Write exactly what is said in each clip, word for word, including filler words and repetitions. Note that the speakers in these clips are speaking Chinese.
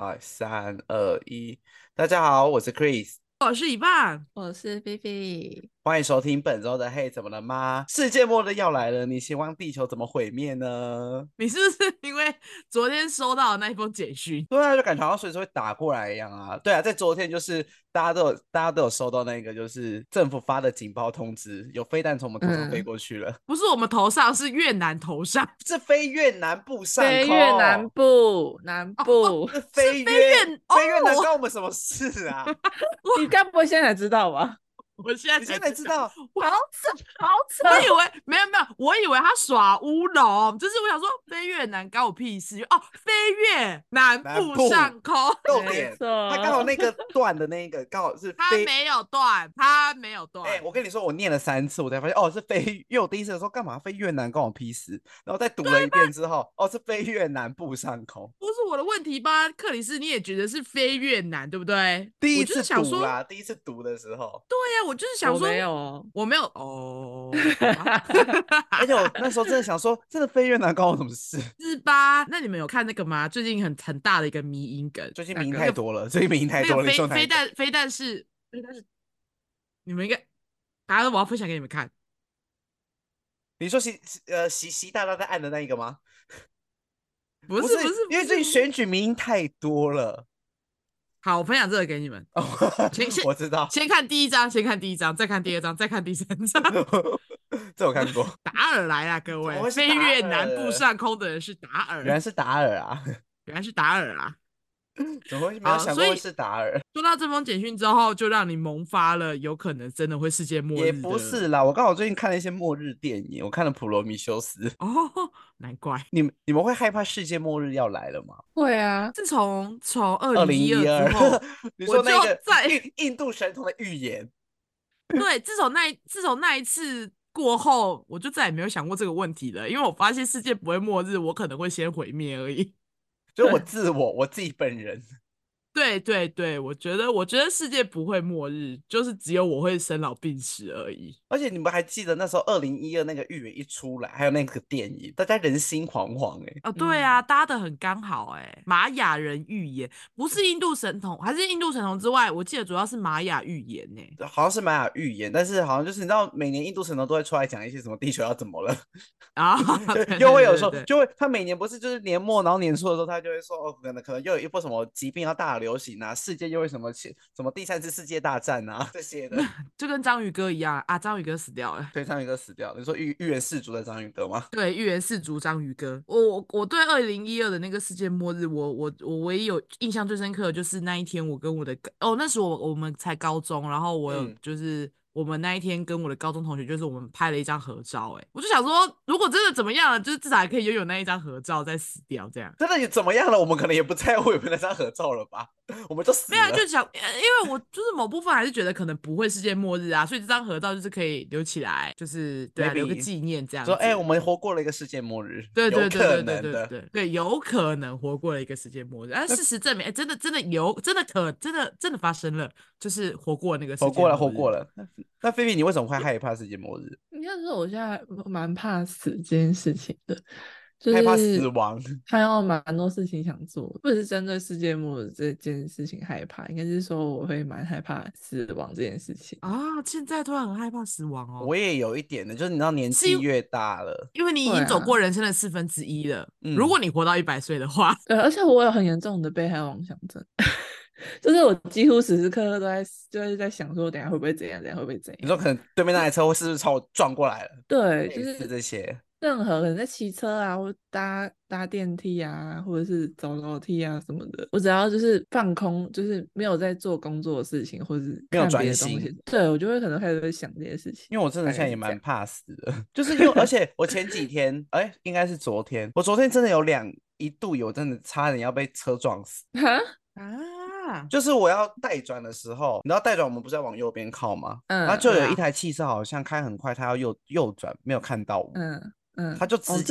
好，三二一，大家好，我是 Chris， 我是一半。 我是菲菲。 欢迎收听本周的《嘿，怎么了吗？世界末日要来了，你希望地球怎么毁灭呢？ 你是不是因为昨天收到的那一封简讯？ 对啊，就感觉好像随时会打过来一样啊。对啊，在昨天就是大家都有大家都有收到那个就是政府发的警报通知，有飞弹从我们头上飞嗯， 过去了， 不是我们头上，是越南头上。 是飞越南部上飞越南空， 部，南哦哦， 部。 是是飞飞越越飞越南哦。 关我们什么事啊？ 你该不会现在才知道吧？ 我现在你现才知道。 在知道？ 我好扯，好扯！ 我以为没有没有，我以为他耍乌龙，就是我想说飞越南关我屁事哦，飞越南部南部上空。 没逗点，他刚好错。 那个段的那个刚好是飞。 他没有断，他没有哎、 断。 我跟你说，我念了三次，我才发现哦是飞，因为我第一次的时候干嘛飞越南关我屁事，然后再读了一遍之后，哦是飞越南部上空。 不是我的问题吧？克里斯，你也觉得是飞越南对不对？我就第一次是想说， 读啦，第一次读的时候， 对呀、我就是想说， 我没有哦。 我没有哦，好吧。 而且我那时候真的想说，真的飞越南关我什么事？ 是吧？那你们有看那个吗？最近很很大的一个迷因梗， 最近名那个太多了，最近名太那个多了，你飞飞说哪一个？ 弹飞弹是飞弹是你们应该，答案我要分享给你们看。 你说习呃习习大大在按的那一个吗？不是， 不是不是因为最近不是不是， 选举名太多了。 好，我分享这个给你们。 哦， 先先我知道， 先看第一章，先看第一章，再看第二章，再看第三章。 这我看过。 达尔来啦，各位， 怎么会是达飞越南部尔？ 上空的人是达尔， 原来是达尔啊！ 原来是达尔啊。 怎么会没有好， 想过会所以是达尔？ 收到这封简讯之后，就让你萌发了有可能真的会世界末也日的。 不是啦，我刚好最近看了一些末日电影，我看了《普罗米修斯》。 哦，难怪。 你们你们会害怕世界末日要来了吗？ 会啊。 自从从二二零一二零一二， 之后， 你我就说那个在印印度神童的预言， 对自从那自从那一次过后，我就再也没有想过这个问题了，因为我发现世界不会末日，我可能会先毁灭而已。 就是我自我我自己本人。 对对对，我觉得我觉得世界不会末日，就是只有我会生老病死而已。 而且你们还记得那时候二零一二那个预言一出来，还有那个电影，大家人心惶惶哎、 哦，对嗯， 啊，搭的很刚好哎。玛雅人预言不是印度神童，还是印度神童之外，我记得主要是玛雅预言呢。 好像是玛雅预言，但是好像就是你知道，每年印度神童都会出来讲一些什么地球要怎么了， 啊， 就对又会有说， 对对对对， 就会他每年不是就是年末然后年初的时候，他就会说哦，可能可能又有一波什么疾病要大流行啊，世界又会什么什么第三次世界大战啊这些的。 就跟章鱼哥一样啊，章鱼哥死掉了。 对，章鱼哥死掉了，你说预预言氏族的章鱼哥吗？ 对，预言四族章鱼哥，我我我对二零一二的那个世界末日，我我我唯一有印象最深刻的就是那一天，我跟我的哦，那时候我我们才高中，然后我有嗯， 就是我们那一天跟我的高中同学，就是我们拍了一张合照，哎，我就想说，如果真的怎么样了，就是至少还可以拥有那一张合照再死掉这样。 真的怎么样了？我们可能也不在乎有没有那张合照了吧？我们就死没有啊， 了。 就想，呃因为我就是某部分还是觉得可能不会世界末日啊，所以这张合照就是可以留起来，就是对啊，留个 maybe 纪念这说， 样哎、我子。 们活过了一个世界末日， 对对对有可对对对能的。 对对，有可能活过了一个世界末日，但那事实证明，哎，真的真的有，真的可真的真的发生了，就是活过那个世活过了，活界末日。 过了。那那菲菲，你为什么会害怕世界末日？ 应该说我现在蛮怕死这件事情的，就害怕死是亡？ 还有蛮多事情想做，不只是针对世界末日这件事情害怕，应该是说我会蛮害怕死亡这件事情。 啊！现在突然很害怕死亡哦， 我也有一点的，就是你知道年是因纪越大了， 因为你已对啊。 经走过人生的四分之一了。如嗯， 果你活到一百岁的话， 对，而且我有很严重的被害妄想症，就是我几乎时时刻刻都在就是在想说，等一下会不会怎样，等一下会不会怎样。 你说可能对面那台车会是不是朝我撞过来了？ 对，就类似是这些。 任何可能在骑车啊，或搭搭电梯啊，或者是走楼梯啊什么的，我只要就是放空，就是没有在做工作的事情，或者是没有看别专心， 的东西，对，我就会可能开始会想这些事情。 因为我真的现在也大概是这样。 蛮怕死的，就是因为而且我前几天，哎，应该是昨天，我昨天真的有两一度有真的差点要被车撞死。 哈。 啊， 就是我要带转的时候，你知道带转我们不是要往右边靠吗？然后嗯就有一对啊， 台汽车好像开很快，它要右右转，没有看到我， 嗯嗯。 他就哦， 直接这种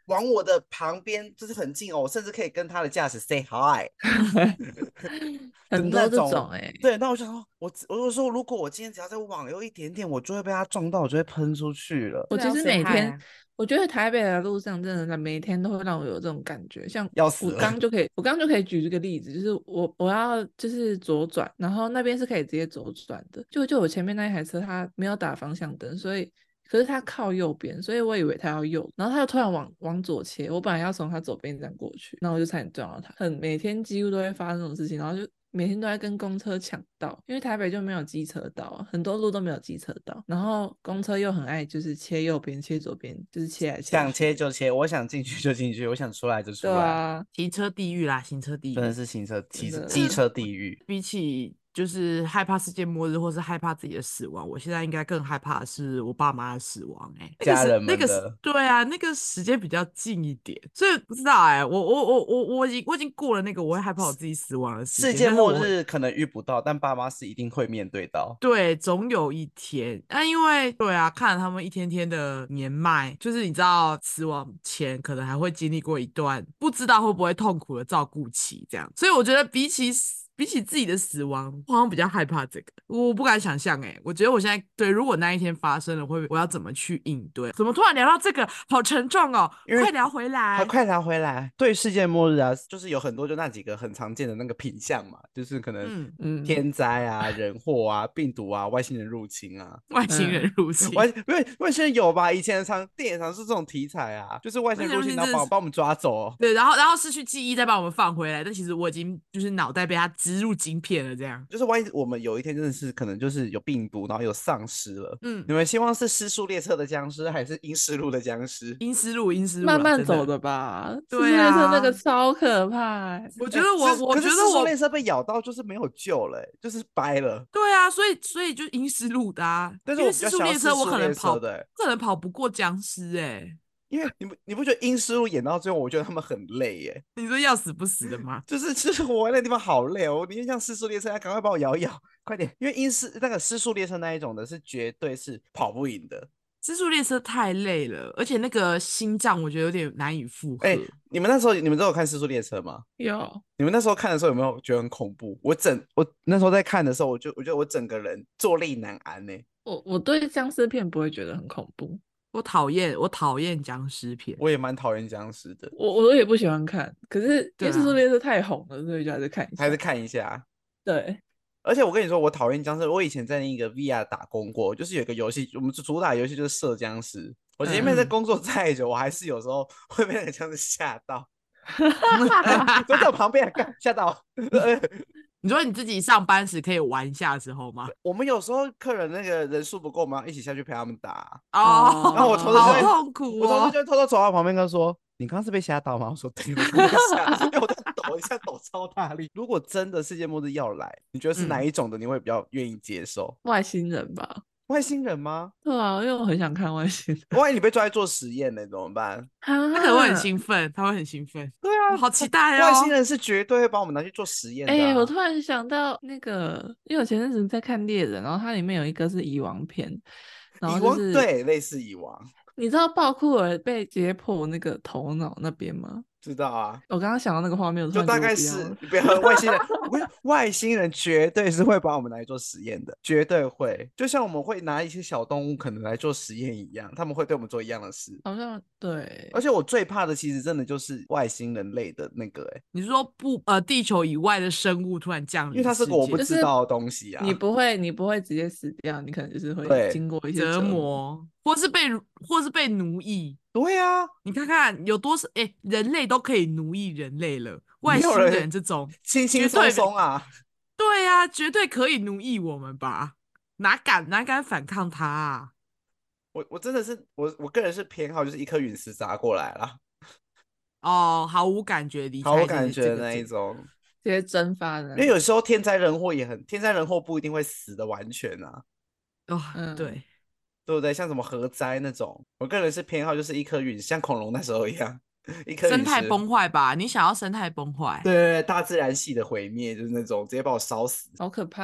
往我的旁边就是很近哦，我甚至可以跟他的驾驶 say hi 的很多这那种。 种哎、欸， 对，那我想说，我我就说，如果我今天只要再往右一点点，我就会被他撞到，我就会喷出去了。 我其实对啊谁每天， 害啊我觉得台北的路上真的每天都会让我有这种感觉。像我要死了刚就可以，我刚就可以举这个例子，就是我我要就是左转，然后那边是可以直接左转的，就就我前面那一台车它没有打方向灯，所以可是它靠右边，所以我以为它要右，然后它就突然往往左切，我本来要从它左边站过去，然后我就差点撞到它。很每天几乎都会发生这种事情，然后就每天都在跟公车抢道，因为台北就没有机车道啊，很多路都没有机车道，然后公车又很爱就是切右边、切左边，就是切来切想去。 切就切，我想进去就进去，我想出来就出对来， 啊， 骑车地狱啦，行车地狱。 真的是行车骑真的机车地狱。 比起就是害怕世界末日或是害怕自己的死亡，我现在应该更害怕的是我爸妈的死亡、欸。哎， 家人们那个是的对啊，那个时间比较近一点，所以不知道哎、欸，我我我我我已经我已经过了那个我会害怕我自己死亡的时间， 世界末但是我会日可能遇不到，但爸妈是一定会面对到。 对，总有一天啊，因为对啊，看了他们一天天的年迈，就是你知道死亡前可能还会经历过一段不知道会不会痛苦的照顾期，这样，所以我觉得比起比起自己的死亡，我好像比较害怕这个，我不敢想象哎、欸，我觉得我现在对，如果那一天发生了，会我要怎么去应对？怎么突然聊到这个，好沉重哦， 因为快聊回来， 快快聊回来。对世界末日啊，就是有很多就那几个很常见的那个品相嘛，就是可能嗯嗯， 天灾啊、人祸啊、病毒啊、外星人入侵啊。 外星人入侵， 外因为外星人有吧？以前的常电影常是这种题材啊，就是外星人入侵，然后把把我们抓走哦。 对，然后然后失去记忆再把我们放回来，但其实我已经就是脑袋被他植入晶片了，这样。 就是万一我们有一天真的是可能就是有病毒，然后有丧尸了， 嗯你，们希望是失速列车的僵尸，还是阴尸路的僵尸？ 阴思路，阴思路啦， 慢慢真走的吧。 对失速列车那啊个超可怕、欸， 我觉得我， 哎是可是失速我觉得我列车被咬到就是没有救了、欸，就是掰了。 对啊，所以所以就阴思路的啊， 但是因为失我比较想要速列车我失速列可能跑， 车的、欸， 可能跑不过僵尸哎、欸， 因为你不你不觉得阴尸路演到最后，我觉得他们很累耶、 你说要死不死的吗？ 就是就是我那地方好累哦，我宁愿像失速列车，赶快把我摇一摇，快点，因为阴尸那个失速列车那一种的是绝对是跑不赢的。 失速列车太累了，而且那个心脏我觉得有点难以负荷。 哎、你们那时候你们都有看失速列车吗？ 有你们那时候看的时候有没有觉得很恐怖？我整我那时候在看的时候，我就我觉得我整个人坐立难安呢、 我我对僵尸片不会觉得很恐怖， 我讨厌我讨厌僵尸片， 我也蛮讨厌僵尸的， 我我也不喜欢看，可是因对啊为失速列车太红了，所以就还是看一下。 还是看一下。 对， 而且我跟你说，我讨厌僵尸。我以前在那个 V R 打工过，就是有一个游戏，我们主打游戏就是射僵尸。我前面在嗯工作再久，我还是有时候会被那个僵尸吓到，就在我旁边干吓到。 你说你自己上班时可以玩一下的时候吗？ 我们有时候客人那个人数不够，我们要一起下去陪他们打。 哦， 然后我同事就好会痛苦我同事哦。 就会偷偷走到旁边跟他说：“你刚刚是被吓到吗？”我说：“对，我刚被吓，因为我在抖一下，抖超大力。”如果真的世界末日要来，你觉得是哪嗯一种的你会比较愿意接受？ 外星人吧。 外星人吗？ 对啊，因为我很想看外星人。 万一你被抓来做实验呢，怎么办？ 他可能会很兴奋，他会很兴奋。 对啊， 我好期待哦！ 外星人是绝对会把我们拿去做实验的、 哎、 啊。 我突然想到那个，因为我前阵子在看猎人，然后它里面有一个是蚁王片，然后蚁王就是对类似蚁王， 你知道鲍库尔被解剖那个头脑那边吗？ 知道啊， 我刚刚想到那个画面，我突就大然觉得概是我不要了你不要外星人，我跟你说外星人绝对是会把我们拿来做实验的，绝对会，就像我们会拿一些小动物可能来做实验一样，他们会对我们做一样的事。 好像对而且我最怕的其实真的就是外星人类的那个、欸， 你是说不呃，地球以外的生物突然降临， 因为它是个我不就是知道的东西啊。 你不会，你不会直接死掉，你可能就是会对经过一些折磨。 磨，或是被或是被奴役。 对啊， 你看看有多少哎，人类都可以奴役人类了，外星没有人人这种轻轻松绝对松啊。 对啊，绝对可以奴役我们吧？哪敢哪敢反抗他啊？ 我我真的是我我个人是偏好就是一颗陨石砸过来啦， 哦，毫无感觉离开毫无这感觉的那这个这一种。 直接蒸发的那因为有时候天灾人祸也很，天灾人祸不一定会死的完全啊， 哦， 嗯对， 对不对？像什么核灾那种，我个人是偏好就是一颗陨石，像恐龙那时候一样，一颗陨石。 生态崩坏吧？你想要生态崩坏？ 对对对，大自然系的毁灭就是那种直接把我烧死。 好可怕哦！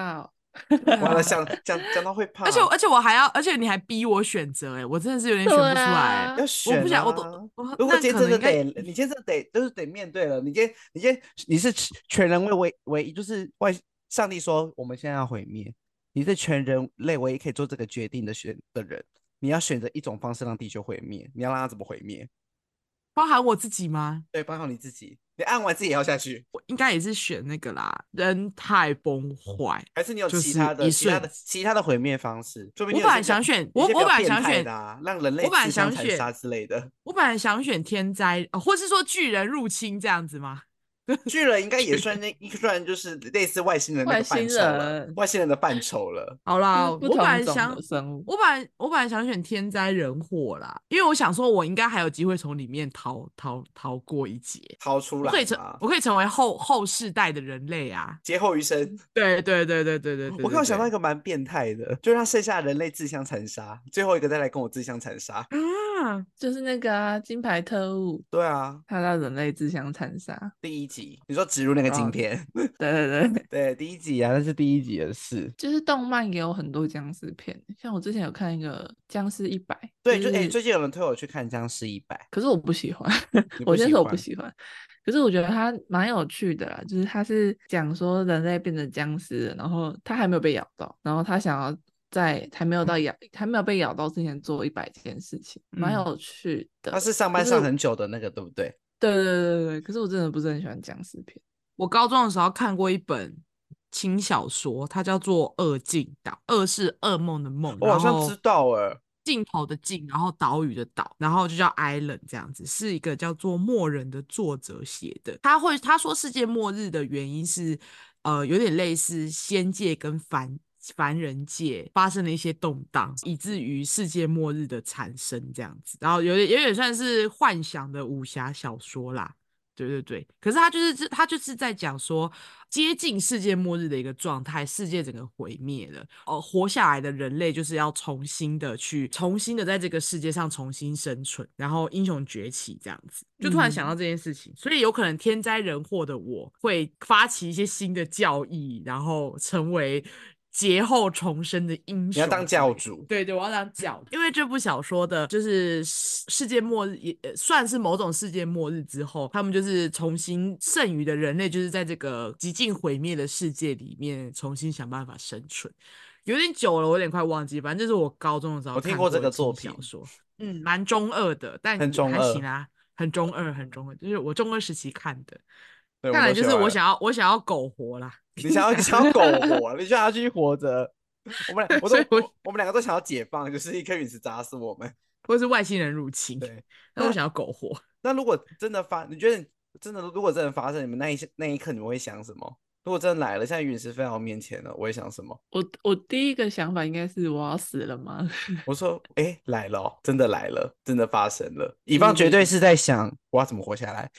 完了，想讲讲到会怕， 而且而且我还要，而且你还逼我选择，哎，我真的是有点选不对出来、 啊， 要我不想， 选啊！ 我都我如果今天那可能应该真的得，你今天真的得，就是得面对了。你今天，你今天你是全人类唯唯一，就是外上帝说我们现在要毁灭，你是全人类唯一可以做这个决定的选的人。你要选择一种方式让地球毁灭，你要让它怎么毁灭？ 包含我自己吗？ 对，包括你自己，你按完自己也要下去， 我应该也是选那个啦，人太崩坏， 还是你有就是其他的、 一瞬。 其他的、其他的毁灭方式？说不定我本来你有一些比较、 想选， 有一些比我我本来较变态想选， 的啊，让人类我本来自相想选， 残杀之类的。 我本来想选天灾，哦，或是说巨人入侵这样子吗？ 巨人应该也算那一算就是类似外星人那个范外星畴了， 人外星人的范畴了。 好啦， 就是不我本同种来想， 的生物。 我本来我本来想选天灾人祸啦，因为我想说，我应该还有机会从里面逃逃逃过一劫， 掏出我可以成来嘛， 我可以成为后后世代的人类啊！ 劫后余生。 对对对对对对对我刚刚想到一个个蛮变态的，就让剩下的人类自相残杀，最后一个再来跟我自相残杀。 啊， 就是那个啊，金牌特务， 对啊， 他让人类自相残杀。 第一集你说植入那个然后晶片， 对对对， 对，第一集啊，那是第一集的事。 就是动漫也有很多僵尸片，像我之前有看一个《僵尸一百》， 对， 就就是哎、最近有人推我去看《僵尸一百》， 可是我不喜欢， 你不我先说我喜欢不喜欢。可是我觉得它蛮有趣的啦，就是它是讲说人类变成僵尸了，然后他还没有被咬到，然后他想要在还没有到咬还没有被咬到之前做一百件事情，蛮嗯有趣的。 他是上班可是上很久的那个，对不对？ 对对对对对，可是我真的不是很喜欢僵尸片。 我高中的时候看过一本轻小说，它叫做《恶镜岛》，恶是噩梦的梦， 我好像然后知道哎， 镜头的镜，然后岛屿的岛，然后就叫 Island 这样子，是一个叫做默人的作者写的。他会他说世界末日的原因是，呃，有点类似仙界跟凡凡人界发生了一些动荡，以至于世界末日的产生这样子。然后有点有点算是幻想的武侠小说啦。对对对，可是他就是他就是在讲说，接近世界末日的一个状态，世界整个毁灭了，呃，活下来的人类就是要重新的去，重新的在这个世界上重新生存，然后英雄崛起这样子，就突然想到这件事情，嗯、所以有可能天灾人祸的我会发起一些新的教义，然后成为劫后重生的英雄， 你要当教主， 对对，我要当教主，因为这部小说的就是世界末日，也算是某种世界末日之后，他们就是重新剩余的人类，就是在这个极尽毁灭的世界里面重新想办法生存。有点久了，我有点快忘记，反正就是我高中的时候我听过这个看过的作品轻小说，嗯，蛮中二的，但很中二还行啊，很中二，很中二，就是我中二时期看的。 对， 看来就是我我想要，我想要苟活啦。 你想要想要苟活，你想要继续活着。我们俩，我都所以我我我们两个都想要解放，就是一颗陨石砸死我们。 或是外星人入侵， 对， 但我想要苟活。 那如果真的发，你觉得真的如果真的发生，你们那一那一刻你们会想什么？如果真的来了，现在陨石飞到我面前了，我会想什么？ 我我第一个想法应该是我要死了吗？ 我说，哎、欸，来了、哦，真的来了，真的发生了。乙方绝对是在想我要怎么活下来。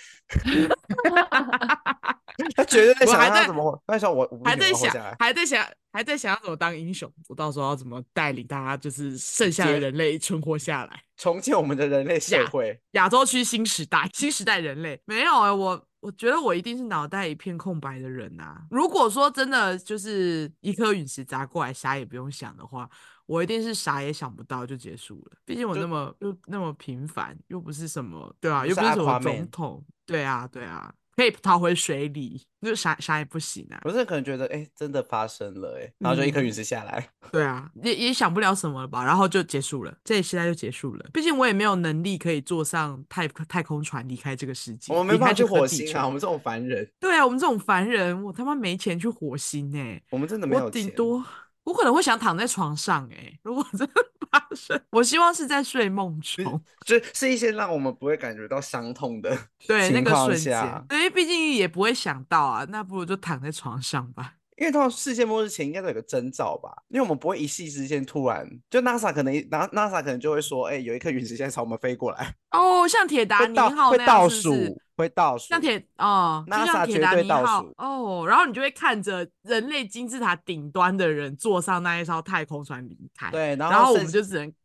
他绝对在想他怎么活，他在想我，我还在想， 来还在想，还在想要怎么当英雄，我到时候要怎么带领大家，就是剩下的人类存活下来， 重建我们的人类社会。 亚洲区新时代，新时代人类没有哎、欸，我我觉得我一定是脑袋一片空白的人啊。如果说真的就是一颗陨石砸过来，啥也不用想的话，我一定是啥也想不到就结束了。毕竟我那么又那么平凡，又不是什么对啊，又不是什么总统，对啊对啊。可以逃回水里，就啥啥也不行啊！ 我真的可能觉得，哎、欸，真的发生了、欸，哎，然后就一颗陨石下来、 嗯，对啊，也也想不了什么了吧，然后就结束了，这一时代就结束了。毕竟我也没有能力可以坐上太太空船离开这个世界， 我们没办法去火星啊，我们这种凡人。 对啊，我们这种凡人，我他妈没钱去火星哎、欸， 我们真的没有钱。 我顶多我可能会想躺在床上哎、欸，如果真的发生，我希望是在睡梦中， 就是一些让我们不会感觉到伤痛的对那个瞬间， 因为毕竟也不会想到啊，那不如就躺在床上吧。 因为通常世界末日前应该都有个征兆吧，因为我们不会一夕之间突然，就 NASA 可能 NASA 可能就会说，哎、欸，有一颗陨石现在朝我们飞过来。 哦，像铁达尼号那样是不是？ 会倒数， 像铁哦，就像铁达尼号哦，然后你就会看着人类金字塔顶端的人坐上那一艘太空船离开， 对，然后然后我们就只能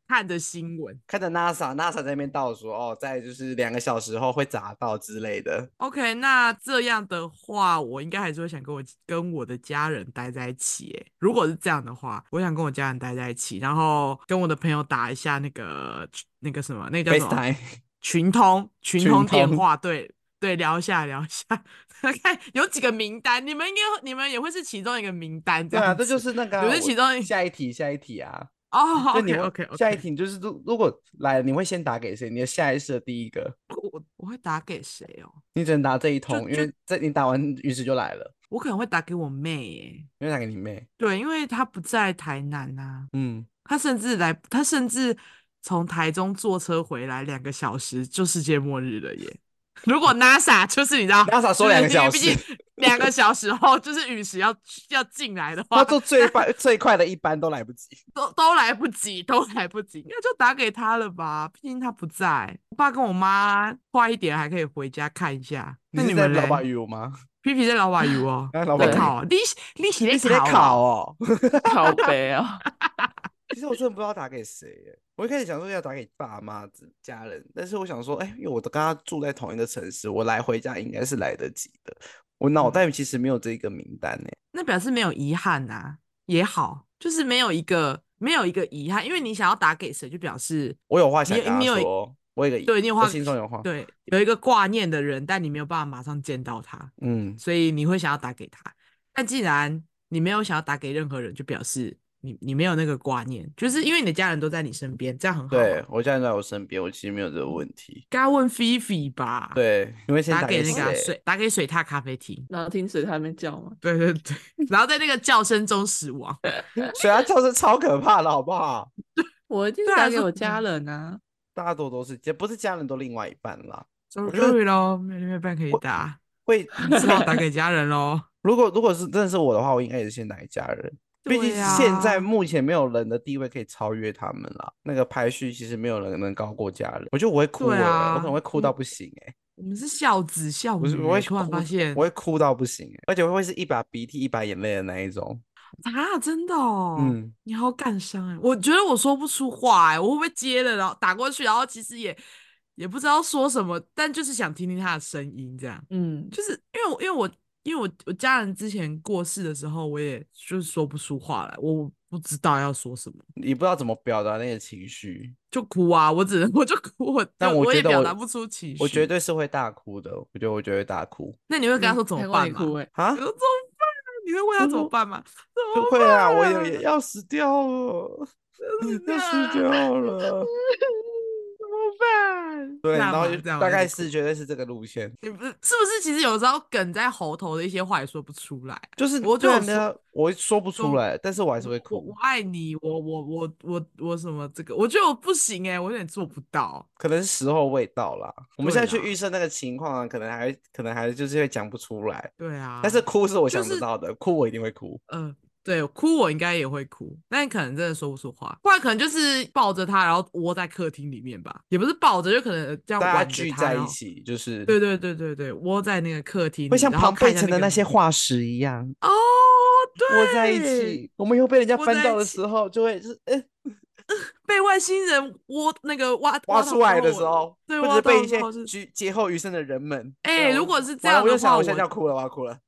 看着新闻。 看着 NASA NASA 在那边倒数哦，在就是两个小时后会砸到之类的。 OK，那这样的话，我应该还是会想跟我跟我的家人待在一起。哎，如果是这样的话，我想跟我家人待在一起，然后跟我的朋友打一下那个那个什么，那个叫什么 FaceTime 群通群群通电通话，对对，聊一下聊一下，看有几个名单，你们应该你们也会是其中一个名单这对啊， 样子， 这就是那个、 你啊、我们是其中一下一题下一题啊。 哦，OK 就你会 OK 下一 OK， 题就是如如果来了，你会先打给谁？你的下意识的第一个， 我我会打给谁哦？ 你只能打这一通，因就就为在你打完陨石就来了， 我可能会打给我妹耶， 你会打给你妹。 对，因为她不在台南啊。 嗯， 他甚至来，他甚至从台中坐车回来两个小时就世界末日了耶！如果 NASA 就是你知道 NASA 说两个小时就是因为毕竟两个小时后就是陨石要要进来的话， 他做最快最快的一班都来不及。 都都来不及，都来不及，那就打给他了吧，毕竟他不在。我爸跟我妈快一点还可以回家看一下。 你那你们嘞？ 是在老板语吗？ 皮皮在老瓦油哦， 啊老板在考哦，你你是你是在在考考哦？ 哦。 靠北啊！ 其实我真的不知道打给谁耶。我一开始想说要打给爸妈、家人，但是我想说，哎、因为我都跟他住在同一个城市，我来回家应该是来得及的。我脑袋其实没有这个名单呢。 那表示没有遗憾呐、也好，就是没有一个没有一个遗憾，因为你想要打给谁，就表示我有话想跟他你你有说，我有一个我对你有话心中有话。 对有一个挂念的人，但你没有办法马上见到他， 嗯， 所以你会想要打给他。但既然你没有想要打给任何人，就表示你你没有那个挂念，就是因为你的家人都在你身边，这样很好对啊。 我家人在我身边，我其实没有这个问题。 该问菲菲吧，， 对，你会先打给给谁？ 那个啊水，打给水獭咖啡厅。 然后听水他们叫嘛， 对对对，然后在那个叫声中死亡。 水鸭叫是超可怕的，好不好？ 我一定是对啊说打给我家人啊。 大家都都是，也不是家人都另外一半啦。我觉得 Sorry 咯，没有另外一半可以打， 会， 只好打给家人咯。 如果如果是真的是我的话，我应该也是先打给家人。毕竟对啊现在目前没有人的地位可以超越他们啦。那个排序其实没有人能高过家人。我觉得我会哭哎、 对啊我可能会哭到不行哎、 我们是孝子孝女欸， 不是我会突然哭发现我会哭到不行哎、而且会是一把鼻涕一把眼泪的那一种。 啊，真的哦， 嗯， 你好感伤哎，我觉得我说不出话哎，我会不会接了，然后打过去，然后其实也也不知道说什么，但就是想听听他的声音，这样， 嗯， 就是因为我因为我因为我我家人之前过世的时候，我也就是说不出话来，我不知道要说什么。 你不知道怎么表达那个情绪， 就哭啊，我只能我就哭，我但就我我觉得我也表达不出情绪。 我绝对是会大哭的。我觉得我绝对大哭那你会跟他说怎么看过办吗？ 你哭哎， 啊你，说怎么办？你会问他怎么办吗？怎就么会啊，我办也也要死掉了，要死怎么掉了。 办？ 对， 这样吗然后就这样大概吗一直哭是绝对是这个路线。 你不是是不是？其实有时候梗在喉头的一些话也说不出来。 就是我就有说对啊那我说不出说来，但是我还是会哭我我我。爱你，我我我我我什么这个，我觉得我不行哎、我有点做不到。 可能是时候未到啦。我们对现在去啦预设那个情况啊，可能还可能还就是会讲不出来。 对啊， 但是哭是我想就是得到的，哭我一定会哭。 呃，对，哭我应该也会哭，但可能真的说不出话，不然可能就是抱着他，然后窝在客厅里面吧，也不是抱着，就可能这样大家挽着他， 聚在然后一起，就是对对对对对，窝在那个客厅里， 会像然后庞贝城的看一下那个那些化石一样哦，对， 窝在一起。我们以后被人家窝翻在一起到的时候，就会就是呃被外星人窝那个挖到挖出来的之后时候， 对，挖或者被一些到之后是， 劫劫后余生的人们。 哎、 对啊我如果是这完了我又想， 样的话， 我现我在要哭了，我要哭了。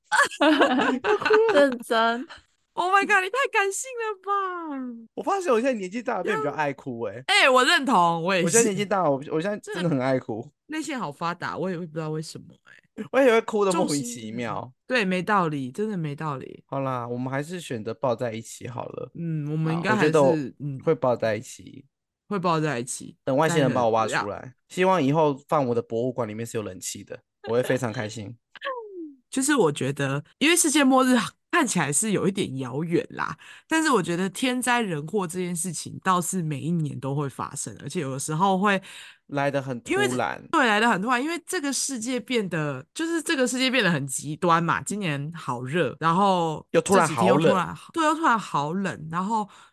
认真。 ，Oh my god，你太感性了吧？ 我发现我现在年纪大了，变得比较爱哭哎、 哎、我认同，我也我现在年纪是， 大了，我我现在真的很爱哭， 内线好发达，我也不知道为什么、哎， 我也会哭的莫名重心其妙。 对，没道理，真的没道理。 好啦，我们还是选择抱在一起好了。 嗯，我们好应该还是我觉得我嗯会抱在一起， 会抱在一起。 等外星人把我挖但是出来。希望以后放我的博物馆里面是有冷气的，我会非常开心。 就是我觉得，因为世界末日看起来是有一点遥远啦，但是我觉得天灾人祸这件事情倒是每一年都会发生，而且有的时候会来的很突因为然， 对来的很突然，因为这个世界变得就是这个世界变得很极端嘛。今年好热，然后又突然这几天又好冷突然对，又突然好冷，然后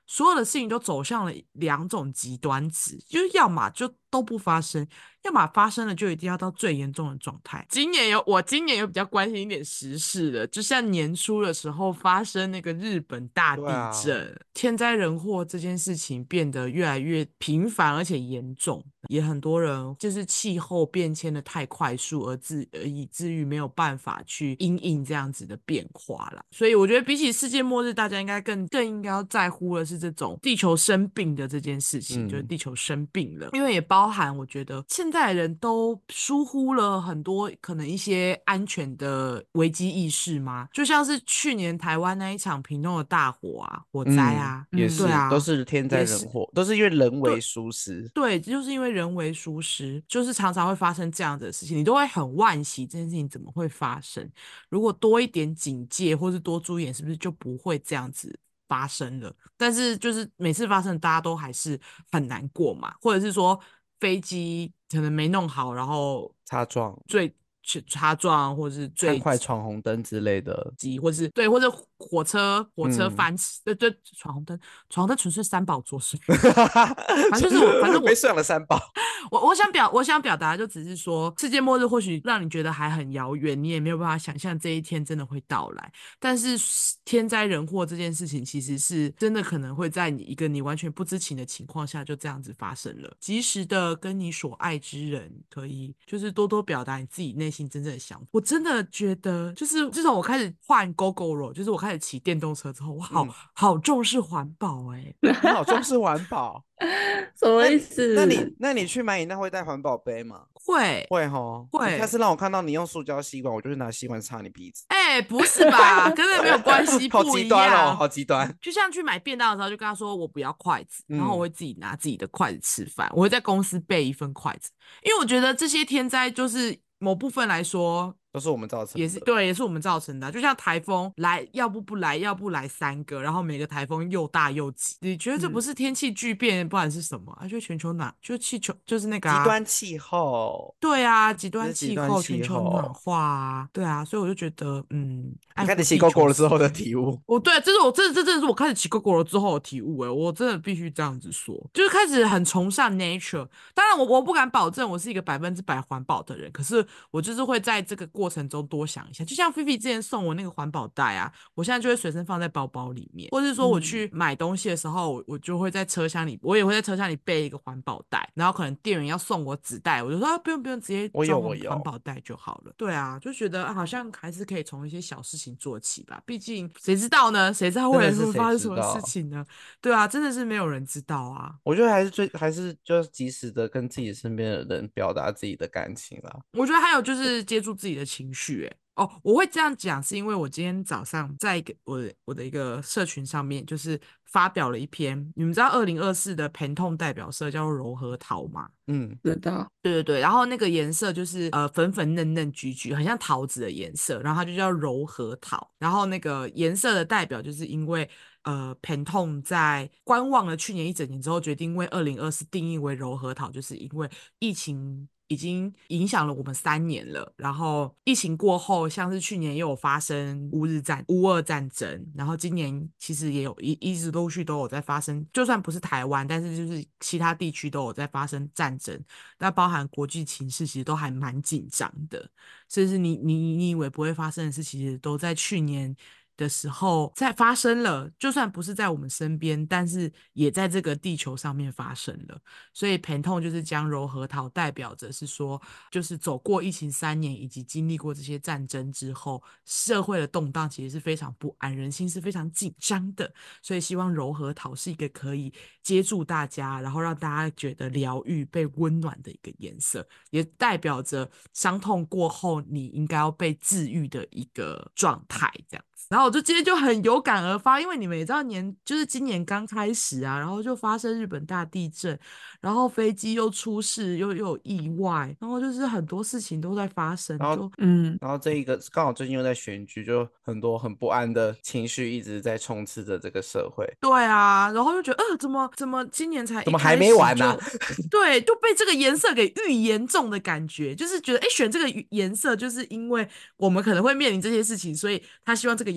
所有的事情都走向了两种极端值，就是要么就都不发生，要么发生了就一定要到最严重的状态。今年有我今年有比较关心一点时事的，就像年初的时候发生那个日本大地震，啊、天灾人祸这件事情变得越来越频繁而且严重，也很多人就是气候变迁的太快速而至而以至于没有办法去因应这样子的变化啦。所以我觉得比起世界末日，大家应该更更应该要在乎的是这种地球生病的这件事情，嗯、就是地球生病了，因为也包含我觉得现在人都疏忽了很多可能一些安全的危机意识嘛，就像是去年台湾那一场屏东的大火啊，火灾啊， 嗯、也是、 对啊， 都是天灾人祸，都是因为人为疏失。 对，就是因为人为疏失，就是常常会发生这样的事情，你都会很惋惜这件事情怎么会发生。如果多一点警戒，或是多注意一点，是不是就不会这样子发生了？但是就是每次发生，大家都还是很难过嘛，或者是说飞机可能没弄好，然后擦撞， 最擦撞，或者是最太快闯红灯之类的， 或是对，或者火车火车翻车，对、嗯、对，闯红灯，闯红灯纯粹三宝作祟，反正就是我，反正我被上了三宝。 我我想表我想表达就只是说，世界末日或许让你觉得还很遥远，你也没有办法想象这一天真的会到来。但是天灾人祸这件事情，其实是真的可能会在你一个你完全不知情的情况下就这样子发生了。及时的跟你所爱之人，可以就是多多表达你自己内心真正的想法。我真的觉得，就是自从我开始换 Gogoro， 就是我开始骑电动车之后，我好、嗯、好重视环保哎、 欸，你好重视环保。 什么意思？ 那, 那你那你去买饮料会带环保杯吗？ 会会齁， 会。 你下次让我看到你用塑胶吸管，我就会拿吸管插你鼻子。 哎、欸，不是吧？跟那没有关系， 好极端哦，好极端。 就像去买便当的时候，就跟他说我不要筷子，然后我会自己拿自己的筷子吃饭，我会在公司备一份筷子，因为我觉得这些天灾就是某部分来说。 都是我们造成的， 也是对，也是我们造成的。就像台风来，要不不来，要不来三个，然后每个台风又大又急。你觉得这不是天气巨变，嗯、不然是什么啊？就全球暖，就气球，就是那个、啊、 极端气候。 对啊，极端气候， 全球暖化啊，对啊，所以我就觉得，嗯， 你开始骑 Gogoro 了之后的体悟。 哦，对，这是我这这真的是我开始骑 Gogoro 了之后的体悟哎，我真的必须这样子说，就是开始很崇尚 nature。当然我，我我不敢保证我是一个百分之百环保的人，可是我就是会在这个过程中多想一下。就像菲菲之前送我那个环保袋啊，我现在就会随身放在包包里面，或者是说我去买东西的时候，我我就会在车厢里，我也会在车厢里备一个环保袋，然后可能店员要送我纸袋，我就说、啊、不用不用，直接装环保袋就好了。对啊，就觉得、啊、好像还是可以从一些小事情做起吧，毕竟谁知道呢？谁知道未来会发生什么事情呢？对啊，真的是没有人知道啊。 我觉得还是最还是就是及时的跟自己身边的人表达自己的感情啦。 我觉得还有就是接触自己的情绪、欸，哦，我会这样讲是因为我今天早上在一个我的我的一个社群上面，就是发表了一篇，你们知道二零二四的Pantone代表色叫做柔和桃吗？ 嗯， 知道。 对对对，然后那个颜色就是呃粉粉嫩嫩橘橘，很像桃子的颜色，然后它就叫柔和桃。然后那个颜色的代表就是因为呃 Pantone 在观望了去年一整年之后，决定为二零二四定义为柔和桃，就是因为疫情已经影响了我们三年了，然后疫情过后，像是去年也有发生乌日战乌俄战争，然后今年其实也有一一直陆续都有在发生，就算不是台湾，但是就是其他地区都有在发生战争，那包含国际情势其实都还蛮紧张的，所以是你你你以为不会发生的事，其实都在去年的时候在发生了，就算不是在我们身边，但是也在这个地球上面发生了。所以Pantone就是将柔和桃代表着是说，就是走过疫情三年以及经历过这些战争之后，社会的动荡其实是非常不安，人心是非常紧张的，所以希望柔和桃是一个可以接住大家，然后让大家觉得疗愈被温暖的一个颜色，也代表着伤痛过后你应该要被治愈的一个状态这样子。然后我就今天就很有感而发，因为你们也知道年就是今年刚开始啊，然后就发生日本大地震，然后飞机又出事，又又有意外，然后就是很多事情都在发生， 然后就嗯， 然后这一个刚好最近又在选举，就很多很不安的情绪一直在充斥着这个社会。 对啊，然后就觉得呃，怎么怎么今年才怎么还没完呢、啊？ 对，就被这个颜色给愈严重的感觉，就是觉得哎，选这个颜色就是因为我们可能会面临这些事情，所以他希望这个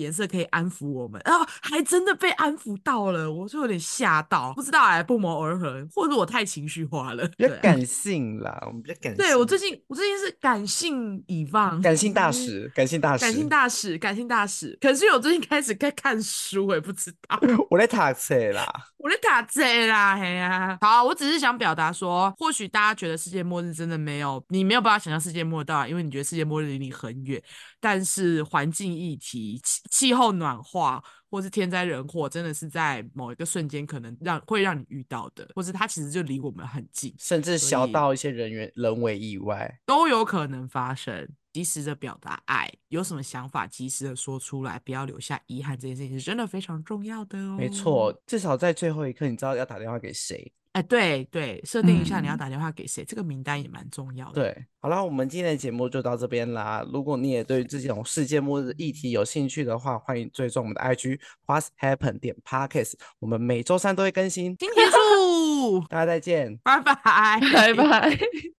颜色可以安抚我们，然后还真的被安抚到了，我就有点吓到，不知道哎，不谋而合，或者我太情绪化了，对啊。 比较感性啦，我们比较感性。 对，我最近我最近是感性以放， 感性大使，感性大使， 感性大使，感性大使。可是我最近开始在看书，我也不知道。 我在读册啦， 我在打这啦，嘿呀、啊！好啊，我只是想表达说，或许大家觉得世界末日真的没有，你没有办法想象世界末日到来，因为你觉得世界末日离你很远。但是环境议题、气气候暖化，或是天灾人祸，真的是在某一个瞬间可能让会让你遇到的，或是它其实就离我们很近， 甚至小所以到一些人员人为意外。 都有可能发生。及时的表达爱，有什么想法及时的说出来，不要留下遗憾，这件事情是真的非常重要的哦。 没错，至少在最后一刻，你知道要打电话给谁。 哎，对对，设定一下你要嗯打电话给谁，这个名单也蛮重要的。 对，好啦，我们今天的节目就到这边啦。如果你也对这种世界末日议题有兴趣的话，欢迎追踪我们的 I G What's Happen 点 Podcast， 我们每周三都会更新。 请结束， 大家再见。 拜拜， 拜拜。